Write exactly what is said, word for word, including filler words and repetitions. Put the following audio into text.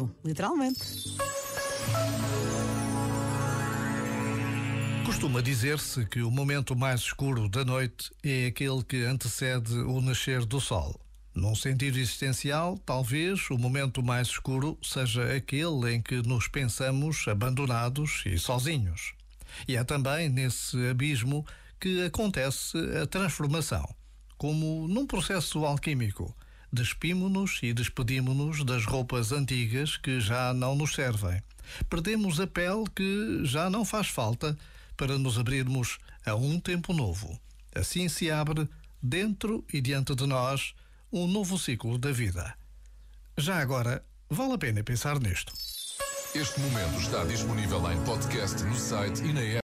novo, literalmente. Costuma dizer-se que o momento mais escuro da noite é aquele que antecede o nascer do sol. Num sentido existencial, talvez o momento mais escuro seja aquele em que nos pensamos abandonados e sozinhos. E é também nesse abismo que acontece a transformação, como num processo alquímico. Despimo-nos e despedimo-nos das roupas antigas que já não nos servem. Perdemos a pele que já não faz falta para nos abrirmos a um tempo novo. Assim se abre, dentro e diante de nós, um novo ciclo da vida. Já agora, vale a pena pensar nisto. Este momento está disponível em podcast no site e na app.